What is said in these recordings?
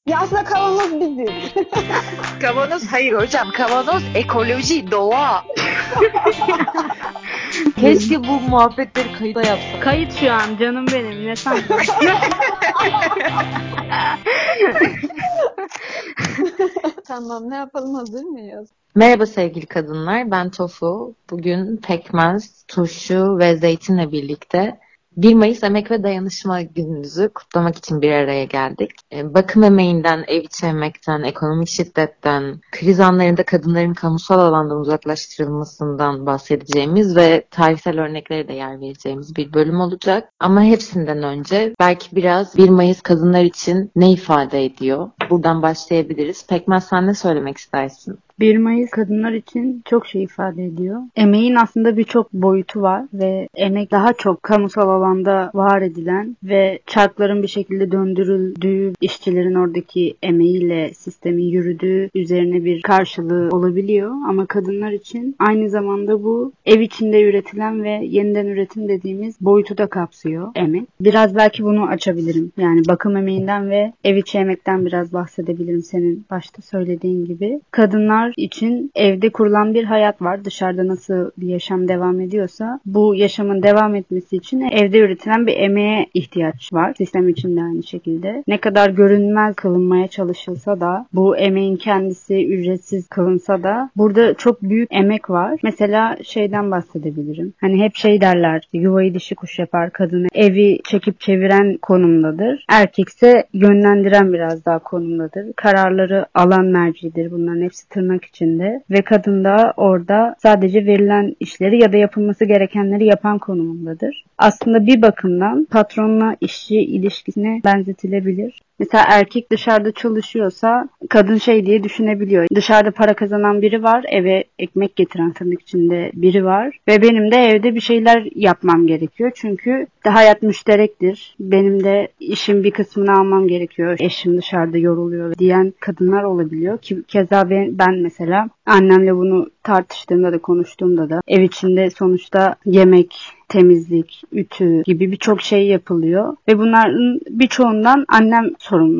Ya aslında kavanoz biziz. Kavanoz hayır hocam. Kavanoz ekoloji, doğa. Keşke bu muhabbetleri kayıda yapsak. Kayıt şu an canım benim. Ne sandın? Tamam, ne yapalım, hazır mıyız? Merhaba sevgili kadınlar, ben Tofu. Bugün pekmez, turşu ve zeytinle birlikte 1 Mayıs Emek ve Dayanışma Günümüzü kutlamak için bir araya geldik. Bakım emeğinden, ev içi emekten, ekonomik şiddetten, kriz anlarında kadınların kamusal alandan uzaklaştırılmasından bahsedeceğimiz ve tarihsel örneklere de yer vereceğimiz bir bölüm olacak. Ama hepsinden önce belki biraz 1 Mayıs kadınlar için ne ifade ediyor? Buradan başlayabiliriz. Pekmez, sen ne söylemek istersin? 1 Mayıs kadınlar için çok şey ifade ediyor. Emeğin aslında birçok boyutu var ve emek daha çok kamusal alanda var edilen ve çarkların bir şekilde döndürüldüğü, işçilerin oradaki emeğiyle sistemin yürüdüğü üzerine bir karşılığı olabiliyor. Ama kadınlar için aynı zamanda bu ev içinde üretilen ve yeniden üretim dediğimiz boyutu da kapsıyor emek. Biraz belki bunu açabilirim. Yani bakım emeğinden ve ev içi emekten biraz bahsedebilirim senin başta söylediğin gibi. Kadınlar için evde kurulan bir hayat var. Dışarıda nasıl bir yaşam devam ediyorsa bu yaşamın devam etmesi için evde üretilen bir emeğe ihtiyaç var. Sistem için de aynı şekilde. Ne kadar görünmez kılınmaya çalışılsa da bu emeğin kendisi ücretsiz kılınsa da burada çok büyük emek var. Mesela şeyden bahsedebilirim. Hani hep şey derler, yuvayı dişi kuş yapar, kadını evi çekip çeviren konumdadır. Erkekse yönlendiren biraz daha konumdadır. Kararları alan mercidir. Bunların hepsi tırnak içinde. Ve kadın da orada sadece verilen işleri ya da yapılması gerekenleri yapan konumundadır. Aslında bir bakımdan patronla işçi ilişkisine benzetilebilir. Mesela erkek dışarıda çalışıyorsa kadın şey diye düşünebiliyor. Dışarıda para kazanan biri var, eve ekmek getiren tırnak içinde biri var ve benim de evde bir şeyler yapmam gerekiyor. Çünkü de hayat müşterektir. Benim de işin bir kısmını almam gerekiyor. Eşim dışarıda yoruluyor diyen kadınlar olabiliyor. Ki keza ben mesela annemle bunu tartıştığımda da konuştuğumda da ev içinde sonuçta yemek, temizlik, ütü gibi birçok şey yapılıyor. Ve bunların birçoğundan annem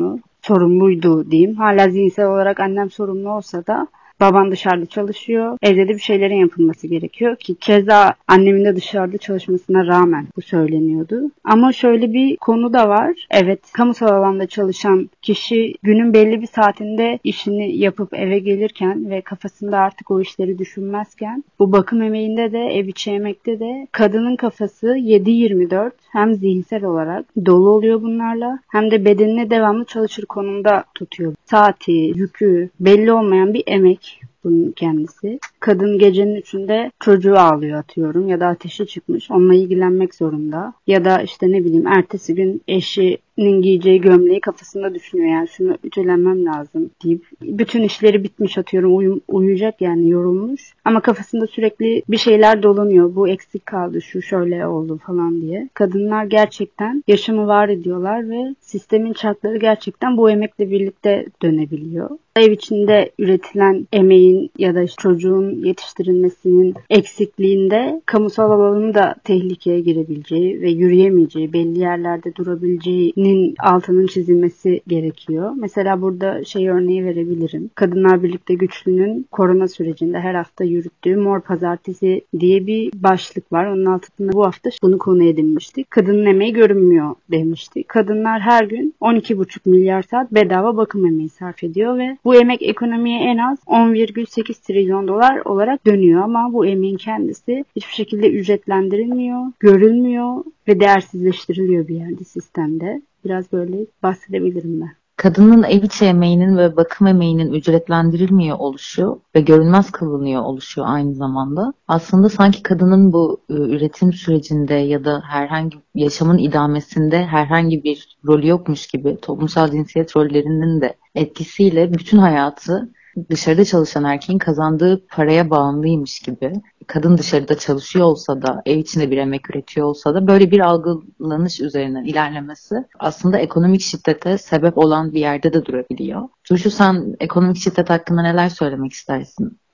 sorumluydu diyeyim. Hala zihinsel olarak annem sorumlu olsa da babam dışarıda çalışıyor. Evde de bir şeylerin yapılması gerekiyor ki keza annemin de dışarıda çalışmasına rağmen bu söyleniyordu. Ama şöyle bir konu da var. Evet, kamusal alanda çalışan kişi günün belli bir saatinde işini yapıp eve gelirken ve kafasında artık o işleri düşünmezken bu bakım emeğinde de ev içi emekte de kadının kafası 7/24 hem zihinsel olarak dolu oluyor bunlarla hem de bedenine devamlı çalışır konumda tutuyor. Saati, yükü belli olmayan bir emek bunun kendisi. Kadın gecenin 3'ünde çocuğu ağlıyor atıyorum ya da ateşi çıkmış. Onunla ilgilenmek zorunda. Ya da işte ne bileyim ertesi gün eşinin giyeceği gömleği kafasında düşünüyor. Yani şunu ütülenmem lazım deyip bütün işleri bitmiş atıyorum uyuyacak yani yorulmuş. Ama kafasında sürekli bir şeyler dolanıyor. Bu eksik kaldı, şu şöyle oldu falan diye. Kadınlar gerçekten yaşamı var ediyorlar ve sistemin çarkları gerçekten bu emekle birlikte dönebiliyor. Ev içinde üretilen emeğin ya da çocuğun yetiştirilmesinin eksikliğinde kamusal alanın da tehlikeye girebileceği ve yürüyemeyeceği, belli yerlerde durabileceğinin altının çizilmesi gerekiyor. Mesela burada şey örneği verebilirim. Kadınlar Birlikte Güçlü'nün korona sürecinde her hafta yürüttüğü Mor Pazartesi diye bir başlık var. Onun altında bu hafta bunu konu edinmiştik. Kadının emeği görünmüyor demiştik. Kadınlar her gün 12,5 milyar saat bedava bakım emeği sarf ediyor ve bu emek ekonomiye en az 10,8 trilyon dolar olarak dönüyor ama bu emeğin kendisi hiçbir şekilde ücretlendirilmiyor, görülmüyor ve değersizleştiriliyor bir yerde sistemde. Biraz böyle bahsedebilirim ben. Kadının ev içi emeğinin ve bakım emeğinin ücretlendirilmiyor oluşu ve görünmez kılınıyor oluşu aynı zamanda aslında sanki kadının bu üretim sürecinde ya da herhangi yaşamın idamesinde herhangi bir rolü yokmuş gibi toplumsal cinsiyet rollerinin de etkisiyle bütün hayatı dışarıda çalışan erkeğin kazandığı paraya bağımlıymış gibi, kadın dışarıda çalışıyor olsa da ev içinde bir emek üretiyor olsa da böyle bir algılanış üzerinden ilerlemesi aslında ekonomik şiddete sebep olan bir yerde de durabiliyor. Turşu, sen ekonomik şiddet hakkında neler söylemek istersin?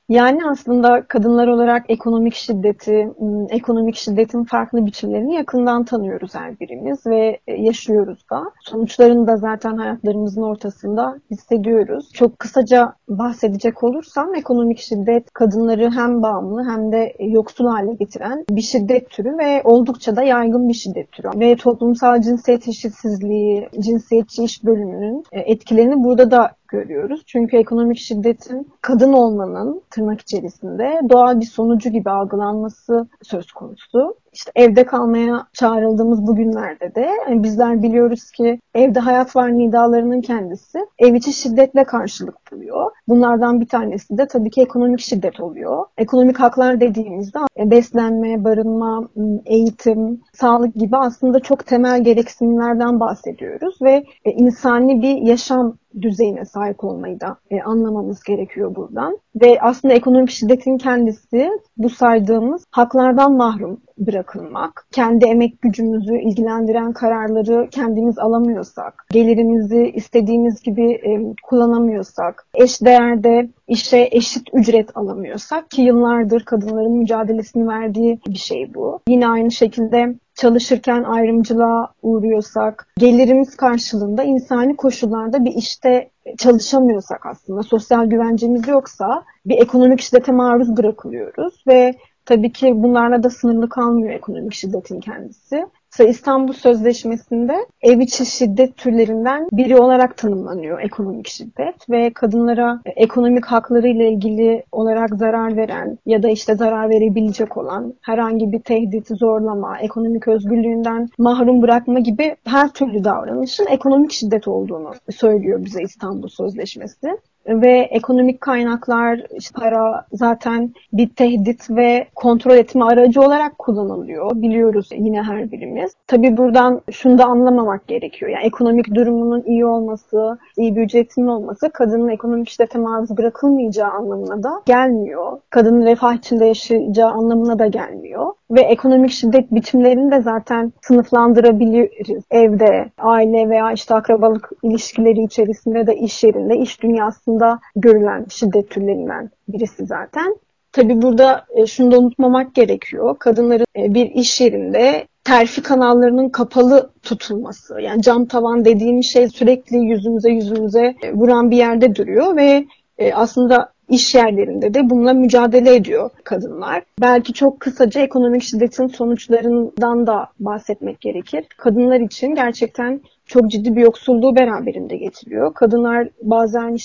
Yani aslında kadınlar olarak ekonomik şiddetin farklı biçimlerini yakından tanıyoruz her birimiz ve yaşıyoruz da. Sonuçlarını da zaten hayatlarımızın ortasında hissediyoruz. Çok kısaca bahsedecek olursam ekonomik şiddet kadınları hem bağımlı hem de yoksul hale getiren bir şiddet türü ve oldukça da yaygın bir şiddet türü. Ve toplumsal cinsiyet eşitsizliği, cinsiyetçi iş bölümünün etkilerini burada da görüyoruz. Çünkü ekonomik şiddetin kadın olmanın tırnak içerisinde doğal bir sonucu gibi algılanması söz konusu. İşte evde kalmaya çağrıldığımız bu günlerde de bizler biliyoruz ki evde hayat var nidalarının kendisi ev içi şiddetle karşılık buluyor. Bunlardan bir tanesi de tabii ki ekonomik şiddet oluyor. Ekonomik haklar dediğimizde beslenme, barınma, eğitim, sağlık gibi aslında çok temel gereksinimlerden bahsediyoruz ve insani bir yaşam düzeyine sahip olmayı da anlamamız gerekiyor buradan. Ve aslında ekonomik şiddetin kendisi bu saydığımız haklardan mahrum bırakılmak, kendi emek gücümüzü ilgilendiren kararları kendimiz alamıyorsak, gelirimizi istediğimiz gibi kullanamıyorsak, eşdeğerde işe eşit ücret alamıyorsak ki yıllardır kadınların mücadelesini verdiği bir şey bu. Yine aynı şekilde çalışırken ayrımcılığa uğruyorsak, gelirimiz karşılığında insani koşullarda bir işte çalışamıyorsak aslında, sosyal güvencemiz yoksa bir ekonomik şiddete maruz bırakılıyoruz ve tabii ki bunlarla da sınırlı kalmıyor ekonomik şiddetin kendisi. Mesela İstanbul Sözleşmesi'nde ev içi şiddet türlerinden biri olarak tanımlanıyor ekonomik şiddet ve kadınlara ekonomik hakları ile ilgili olarak zarar veren ya da işte zarar verebilecek olan herhangi bir tehdit, zorlama, ekonomik özgürlüğünden mahrum bırakma gibi her türlü davranışın ekonomik şiddet olduğunu söylüyor bize İstanbul Sözleşmesi. Ve ekonomik kaynaklar, işte para zaten bir tehdit ve kontrol etme aracı olarak kullanılıyor. Biliyoruz yine her birimiz. Tabii buradan şunu da anlamamak gerekiyor. Yani ekonomik durumunun iyi olması, iyi bir ücretinin olması kadının ekonomik şiddete maruz bırakılmayacağı anlamına da gelmiyor. Kadının refah içinde yaşayacağı anlamına da gelmiyor. Ve ekonomik şiddet biçimlerini de zaten sınıflandırabiliriz. Evde, aile veya işte akrabalık ilişkileri içerisinde de iş yerinde, iş dünyasında görülen şiddet türlerinden birisi zaten. Tabii burada şunu da unutmamak gerekiyor. Kadınların bir iş yerinde terfi kanallarının kapalı tutulması. Yani cam tavan dediğim şey sürekli yüzümüze vuran bir yerde duruyor ve aslında iş yerlerinde de bununla mücadele ediyor kadınlar. Belki çok kısaca ekonomik şiddetin sonuçlarından da bahsetmek gerekir. Kadınlar için gerçekten çok ciddi bir yoksulluğu beraberinde getiriyor. Kadınlar bazen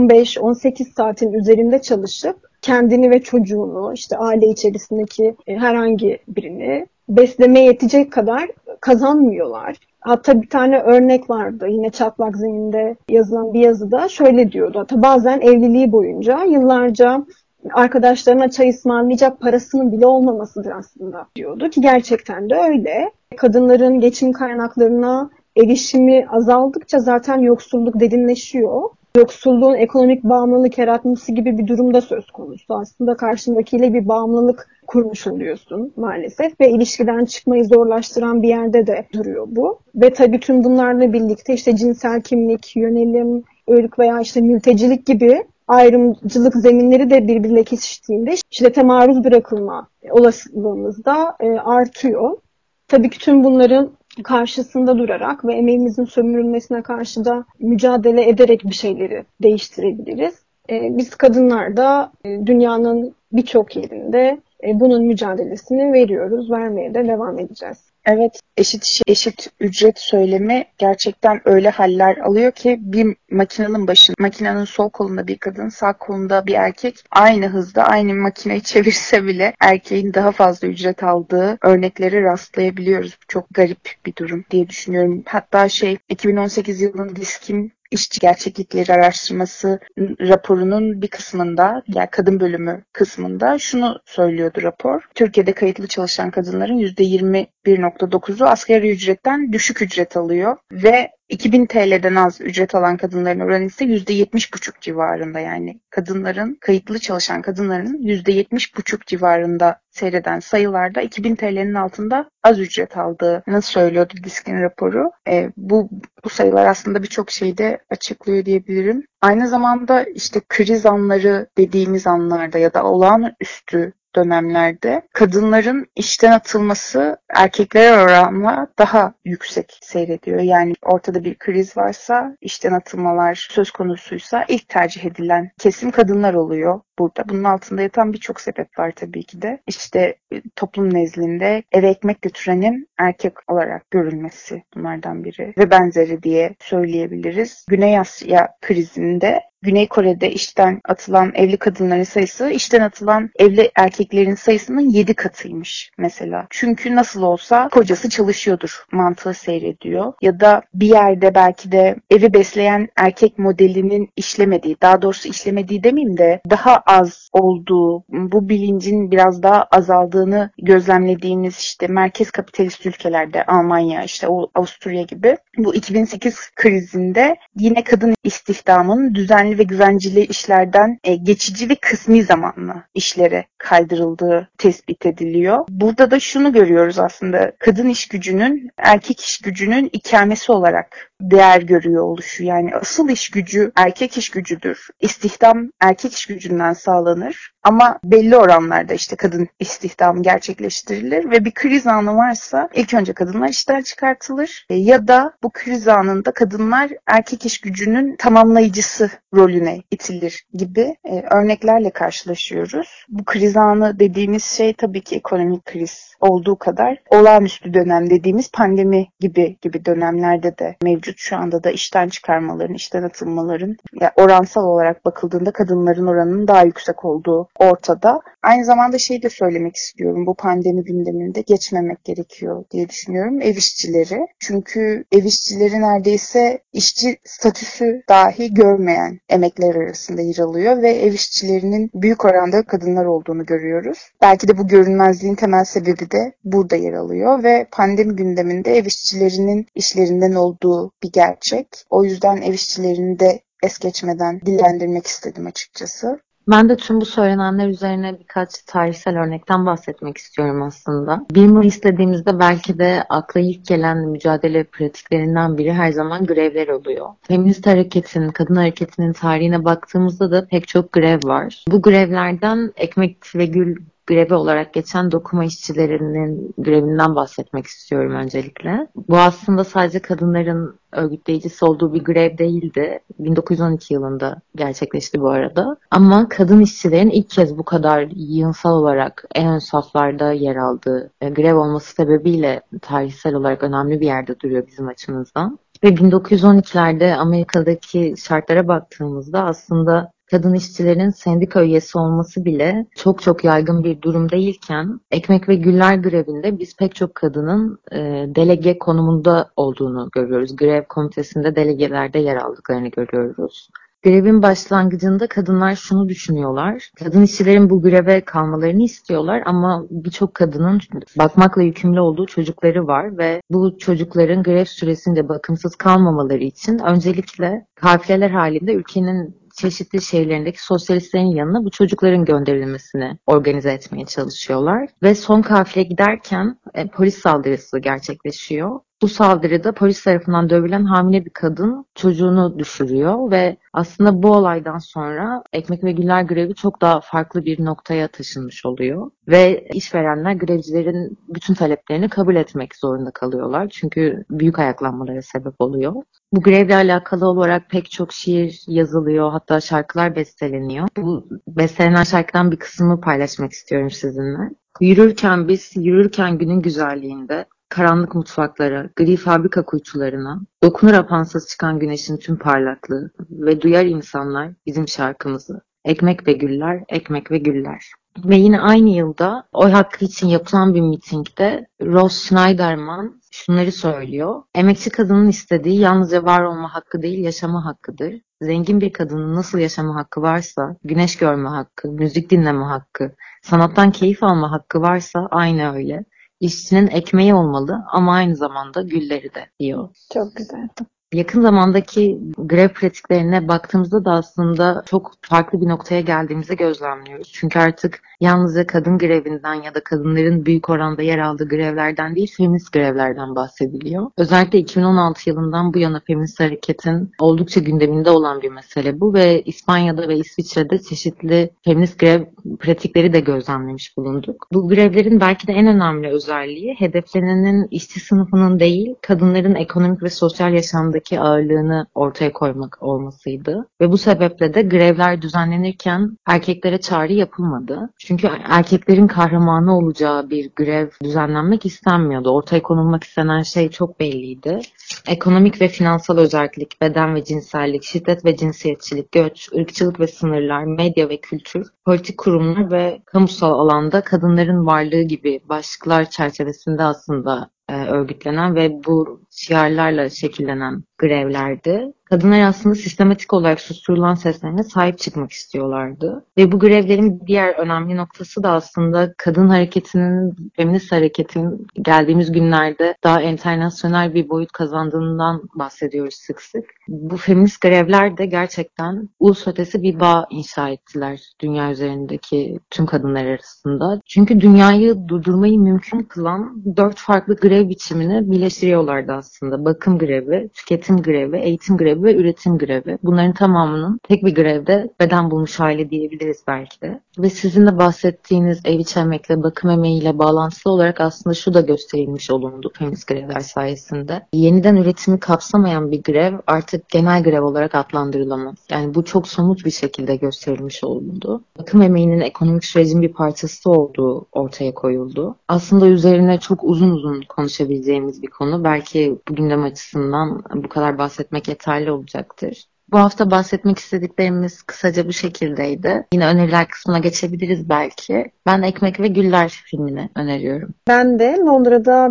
15-18 saatin üzerinde çalışıp kendini ve çocuğunu, işte aile içerisindeki herhangi birini beslemeye yetecek kadar kazanmıyorlar. Hatta bir tane örnek vardı yine Çatlak Zemin'de yazılan bir yazıda şöyle diyordu. Hatta bazen evliliği boyunca yıllarca arkadaşlarına çay ısmarlayacak parasının bile olmamasıdır aslında diyordu ki gerçekten de öyle. Kadınların geçim kaynaklarına erişimi azaldıkça zaten yoksulluk derinleşiyor. Yoksulluğun ekonomik bağımlılık yaratması gibi bir durumda söz konusu. Aslında karşındakiyle bir bağımlılık kurmuş oluyorsun maalesef ve ilişkiden çıkmayı zorlaştıran bir yerde de duruyor bu. Ve tabii tüm bunlarla birlikte işte cinsel kimlik, yönelim, ırk veya işte mültecilik gibi ayrımcılık zeminleri de birbirine kesiştiğinde şiddete maruz bırakılma olasılığımız da artıyor. Tabii ki tüm bunların karşısında durarak ve emeğimizin sömürülmesine karşı da mücadele ederek bir şeyleri değiştirebiliriz. Biz kadınlar da dünyanın birçok yerinde bunun mücadelesini veriyoruz, vermeye de devam edeceğiz. Evet, eşit iş, eşit ücret söylemi gerçekten öyle haller alıyor ki bir makinenin başında, makinenin sol kolunda bir kadın, sağ kolunda bir erkek aynı hızda aynı makineyi çevirse bile erkeğin daha fazla ücret aldığı örnekleri rastlayabiliyoruz. Bu çok garip bir durum diye düşünüyorum. Hatta 2018 yılının Disk'in İşçi Gerçeklikleri Araştırması raporunun bir kısmında, yani kadın bölümü kısmında şunu söylüyordu rapor. Türkiye'de kayıtlı çalışan kadınların %21,9'u asgari ücretten düşük ücret alıyor ve 2000 TL'den az ücret alan kadınların oranı ise %70,5 civarında, yani kayıtlı çalışan kadınların %70,5 civarında seyreden sayılarda 2000 TL'nin altında az ücret aldığını söylüyordu Disk'in raporu. Bu sayılar aslında birçok şeyi de açıklıyor diyebilirim. Aynı zamanda işte kriz anları dediğimiz anlarda ya da olağanüstü dönemlerde kadınların işten atılması erkeklere oranla daha yüksek seyrediyor. Yani ortada bir kriz varsa, işten atılmalar söz konusuysa ilk tercih edilen kesim kadınlar oluyor burada. Bunun altında yatan birçok sebep var tabii ki de. İşte toplum nezdinde eve ekmek götürenin erkek olarak görülmesi bunlardan biri ve benzeri diye söyleyebiliriz. Güney Asya krizinde Güney Kore'de işten atılan evli kadınların sayısı işten atılan evli erkeklerin sayısının 7 katıymış mesela. Çünkü nasıl olsa kocası çalışıyordur mantığı seyrediyor. Ya da bir yerde belki de evi besleyen erkek modelinin daha doğrusu işlemediği demeyeyim de daha az olduğu, bu bilincin biraz daha azaldığını gözlemlediğimiz işte merkez kapitalist ülkelerde, Almanya, işte Avusturya gibi, bu 2008 krizinde yine kadın istihdamının düzenli ve güvenceli işlerden geçici ve kısmi zamanlı işlere kaydırıldığı tespit ediliyor. Burada da şunu görüyoruz aslında, kadın iş gücünün erkek iş gücünün ikamesi olarak değer görüyor oluşu. Yani asıl iş gücü erkek iş gücüdür. İstihdam erkek iş gücünden sağlanır. Ama belli oranlarda işte kadın istihdamı gerçekleştirilir ve bir kriz anı varsa ilk önce kadınlar işten çıkartılır ya da bu kriz anında kadınlar erkek iş gücünün tamamlayıcısı rolüne itilir gibi örneklerle karşılaşıyoruz. Bu kriz anı dediğimiz şey tabii ki ekonomik kriz olduğu kadar olağanüstü dönem dediğimiz pandemi gibi dönemlerde de mevcut. Şu anda da işten çıkarmaların, işten atılmaların oransal olarak bakıldığında kadınların oranının daha yüksek olduğu ortada. Aynı zamanda şey de söylemek istiyorum. Bu pandemi gündeminde geçmemek gerekiyor diye düşünüyorum. Ev işçileri. Çünkü ev işçileri neredeyse işçi statüsü dahi görmeyen emekler arasında yer alıyor ve ev işçilerinin büyük oranda kadınlar olduğunu görüyoruz. Belki de bu görünmezliğin temel sebebi de burada yer alıyor ve pandemi gündeminde ev işçilerinin işlerinden olduğu bir gerçek. O yüzden ev işçilerini de es geçmeden dillendirmek istedim açıkçası. Ben de tüm bu söylenenler üzerine birkaç tarihsel örnekten bahsetmek istiyorum aslında. 1 Mayıs dediğimizde belki de akla ilk gelen mücadele pratiklerinden biri her zaman grevler oluyor. Feminist hareketin, kadın hareketinin tarihine baktığımızda da pek çok grev var. Bu grevlerden Ekmek ve Gül grevi olarak geçen dokuma işçilerinin grevinden bahsetmek istiyorum öncelikle. Bu aslında sadece kadınların örgütleyicisi olduğu bir grev değildi. 1912 yılında gerçekleşti bu arada. Ama kadın işçilerin ilk kez bu kadar yığınsal olarak en ön saflarda yer aldığı grev olması sebebiyle tarihsel olarak önemli bir yerde duruyor bizim açımızdan. Ve 1912'lerde Amerika'daki şartlara baktığımızda aslında kadın işçilerin sendika üyesi olması bile çok çok yaygın bir durum değilken Ekmek ve Güller grevinde biz pek çok kadının delege konumunda olduğunu görüyoruz. Grev komitesinde delegelerde yer aldıklarını görüyoruz. Grevin başlangıcında kadınlar şunu düşünüyorlar. Kadın işçilerin bu greve kalmalarını istiyorlar ama birçok kadının bakmakla yükümlü olduğu çocukları var ve bu çocukların grev süresince bakımsız kalmamaları için öncelikle kafileler halinde ülkenin çeşitli şehirlerindeki sosyalistlerin yanına bu çocukların gönderilmesini organize etmeye çalışıyorlar. Ve son kafile giderken polis saldırısı gerçekleşiyor. Bu saldırıda polis tarafından dövülen hamile bir kadın çocuğunu düşürüyor ve aslında bu olaydan sonra Ekmek ve Güller grevi çok daha farklı bir noktaya taşınmış oluyor. Ve işverenler grevcilerin bütün taleplerini kabul etmek zorunda kalıyorlar. Çünkü büyük ayaklanmalara sebep oluyor. Bu grevle alakalı olarak pek çok şiir yazılıyor, hatta şarkılar besteleniyor. Bu bestelenen şarkıdan bir kısmını paylaşmak istiyorum sizinle. Yürürken günün güzelliğinde, karanlık mutfaklara, gri fabrika kuytularına, dokunur apansız çıkan güneşin tüm parlaklığı ve duyar insanlar bizim şarkımızı. Ekmek ve güller, ekmek ve güller. Ve yine aynı yılda oy hakkı için yapılan bir mitingde Rose Schneiderman şunları söylüyor. Emekçi kadının istediği yalnızca var olma hakkı değil, yaşama hakkıdır. Zengin bir kadının nasıl yaşama hakkı varsa, güneş görme hakkı, müzik dinleme hakkı, sanattan keyif alma hakkı varsa aynı öyle. İşçinin ekmeği olmalı ama aynı zamanda gülleri de diyor. Çok güzel. Yakın zamandaki grev pratiklerine baktığımızda da aslında çok farklı bir noktaya geldiğimizi gözlemliyoruz. Çünkü artık yalnızca kadın grevinden ya da kadınların büyük oranda yer aldığı grevlerden değil, feminist grevlerden bahsediliyor. Özellikle 2016 yılından bu yana feminist hareketin oldukça gündeminde olan bir mesele bu ve İspanya'da ve İsviçre'de çeşitli feminist grev pratikleri de gözlemlemiş bulunduk. Bu grevlerin belki de en önemli özelliği hedeflenenin işçi sınıfının değil, kadınların ekonomik ve sosyal yaşamdaki ağırlığını ortaya koymak olmasıydı. Ve bu sebeple de grevler düzenlenirken erkeklere çağrı yapılmadı. Çünkü erkeklerin kahramanı olacağı bir grev düzenlenmek istenmiyordu. Ortaya konulmak istenen şey çok belliydi. Ekonomik ve finansal özellik, beden ve cinsellik, şiddet ve cinsiyetçilik, göç, ırkçılık ve sınırlar, medya ve kültür, politik kurumlar ve kamusal alanda kadınların varlığı gibi başlıklar çerçevesinde aslında örgütlenen ve bu şiarlarla şekillenen grevlerdi. Kadınlar aslında sistematik olarak susturulan seslerine sahip çıkmak istiyorlardı. Ve bu grevlerin diğer önemli noktası da aslında kadın hareketinin, feminist hareketin geldiğimiz günlerde daha internasyonel bir boyut kazandığından bahsediyoruz sık sık. Bu feminist grevler de gerçekten ulus ötesi bir bağ inşa ettiler dünya üzerindeki tüm kadınlar arasında. Çünkü dünyayı durdurmayı mümkün kılan 4 farklı grev biçimini birleştiriyorlardı aslında. Bakım grevi, tüketim grevi, eğitim grevi ve üretim grevi. Bunların tamamının tek bir grevde beden bulmuş hali diyebiliriz belki de. Ve sizin de bahsettiğiniz ev içi emekle, bakım emeğiyle bağlantılı olarak aslında şu da gösterilmiş olundu feminist grevler sayesinde. Yeniden üretimi kapsamayan bir grev artık genel grev olarak adlandırılamaz. Yani bu çok somut bir şekilde gösterilmiş olundu. Bakım emeğinin ekonomik sürecin bir parçası olduğu ortaya koyuldu. Aslında üzerine çok uzun uzun konuşabileceğimiz bir konu. Belki bu gündem açısından bu kadar bahsetmek yeterli olacaktır. Bu hafta bahsetmek istediklerimiz kısaca bu şekildeydi. Yine öneriler kısmına geçebiliriz belki. Ben Ekmek ve Güller filmini öneriyorum. Ben de Londra'da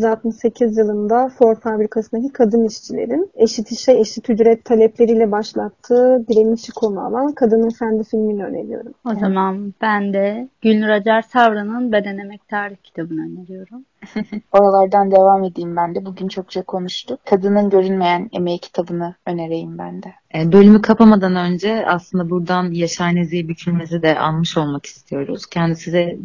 1968 yılında Ford fabrikasındaki kadın işçilerin eşit işe eşit ücret talepleriyle başlattığı direnişi konu alan Kadın Efendi filmini öneriyorum. O zaman ben de Gülnur Acar Savran'ın Beden Emek Tarih kitabını öneriyorum. Oralardan devam edeyim ben de. Bugün çokça konuştuk. Kadının Görünmeyen Emeği kitabını önereyim ben de. Bölümü kapamadan önce aslında buradan Yaşar Nezih Bükülmez'i de anmış olmak istiyoruz. Kendisi de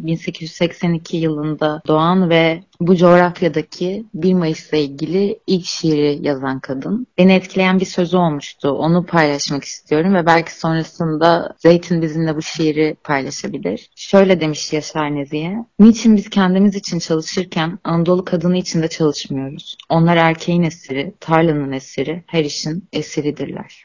1882 yılında doğan ve bu coğrafyadaki 1 Mayıs'la ilgili ilk şiiri yazan kadın. Beni etkileyen bir sözü olmuştu. Onu paylaşmak istiyorum ve belki sonrasında Zeytin bizimle bu şiiri paylaşabilir. Şöyle demiş Yaşar Nezih'e: "Niçin biz kendimiz için çalışırken Anadolu kadını için de çalışmıyoruz? Onlar erkeğin esiri, tarlanın esiri, her işin esiridirler."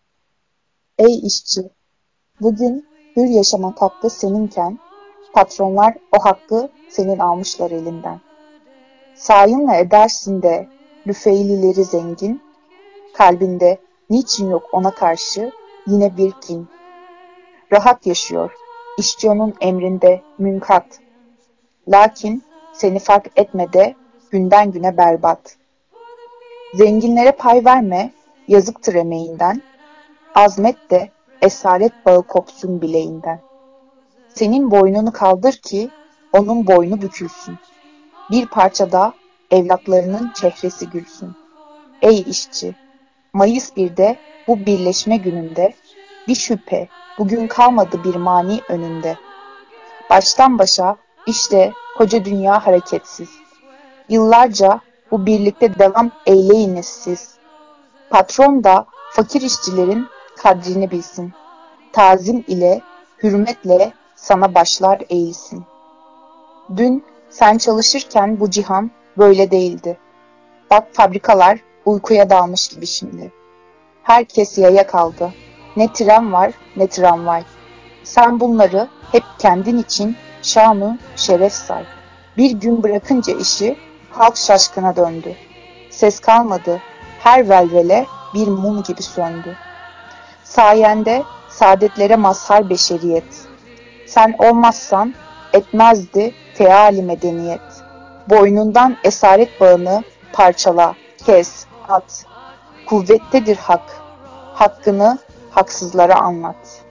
Ey işçi! Bugün hür yaşamak hakkı seninken, patronlar o hakkı senin almışlar elinden. Sayınla edersin de Lüfeylileri zengin, kalbinde niçin yok ona karşı yine bir kin. Rahat yaşıyor, işçi onun emrinde münkat. Lakin seni fark etmede günden güne berbat. Zenginlere pay verme, yazıktır emeğinden. Azmet de esaret bağı kopsun bileğinden. Senin boynunu kaldır ki onun boynu bükülsün. Bir parça da evlatlarının çehresi gülsün. Ey işçi! Mayıs 1'de bu birleşme gününde bir şüphe bugün kalmadı bir mani önünde. Baştan başa işte koca dünya hareketsiz. Yıllarca bu birlikte devam eyleyiniz siz. Patron da fakir işçilerin kadrini bilsin. Tazim ile, hürmetle sana başlar eğilsin. Dün sen çalışırken bu cihan böyle değildi. Bak fabrikalar uykuya dalmış gibi şimdi. Herkes yaya kaldı. Ne tren var ne tramvay. Sen bunları hep kendin için şanu şeref say. Bir gün bırakınca işi halk şaşkına döndü. Ses kalmadı. Her velvele bir mum gibi söndü. Sayende saadetlere mazhar beşeriyet. Sen olmazsan etmezdi feali medeniyet. Boynundan esaret bağını parçala, kes, at. Kuvvettedir hak. Hakkını haksızlara anlat.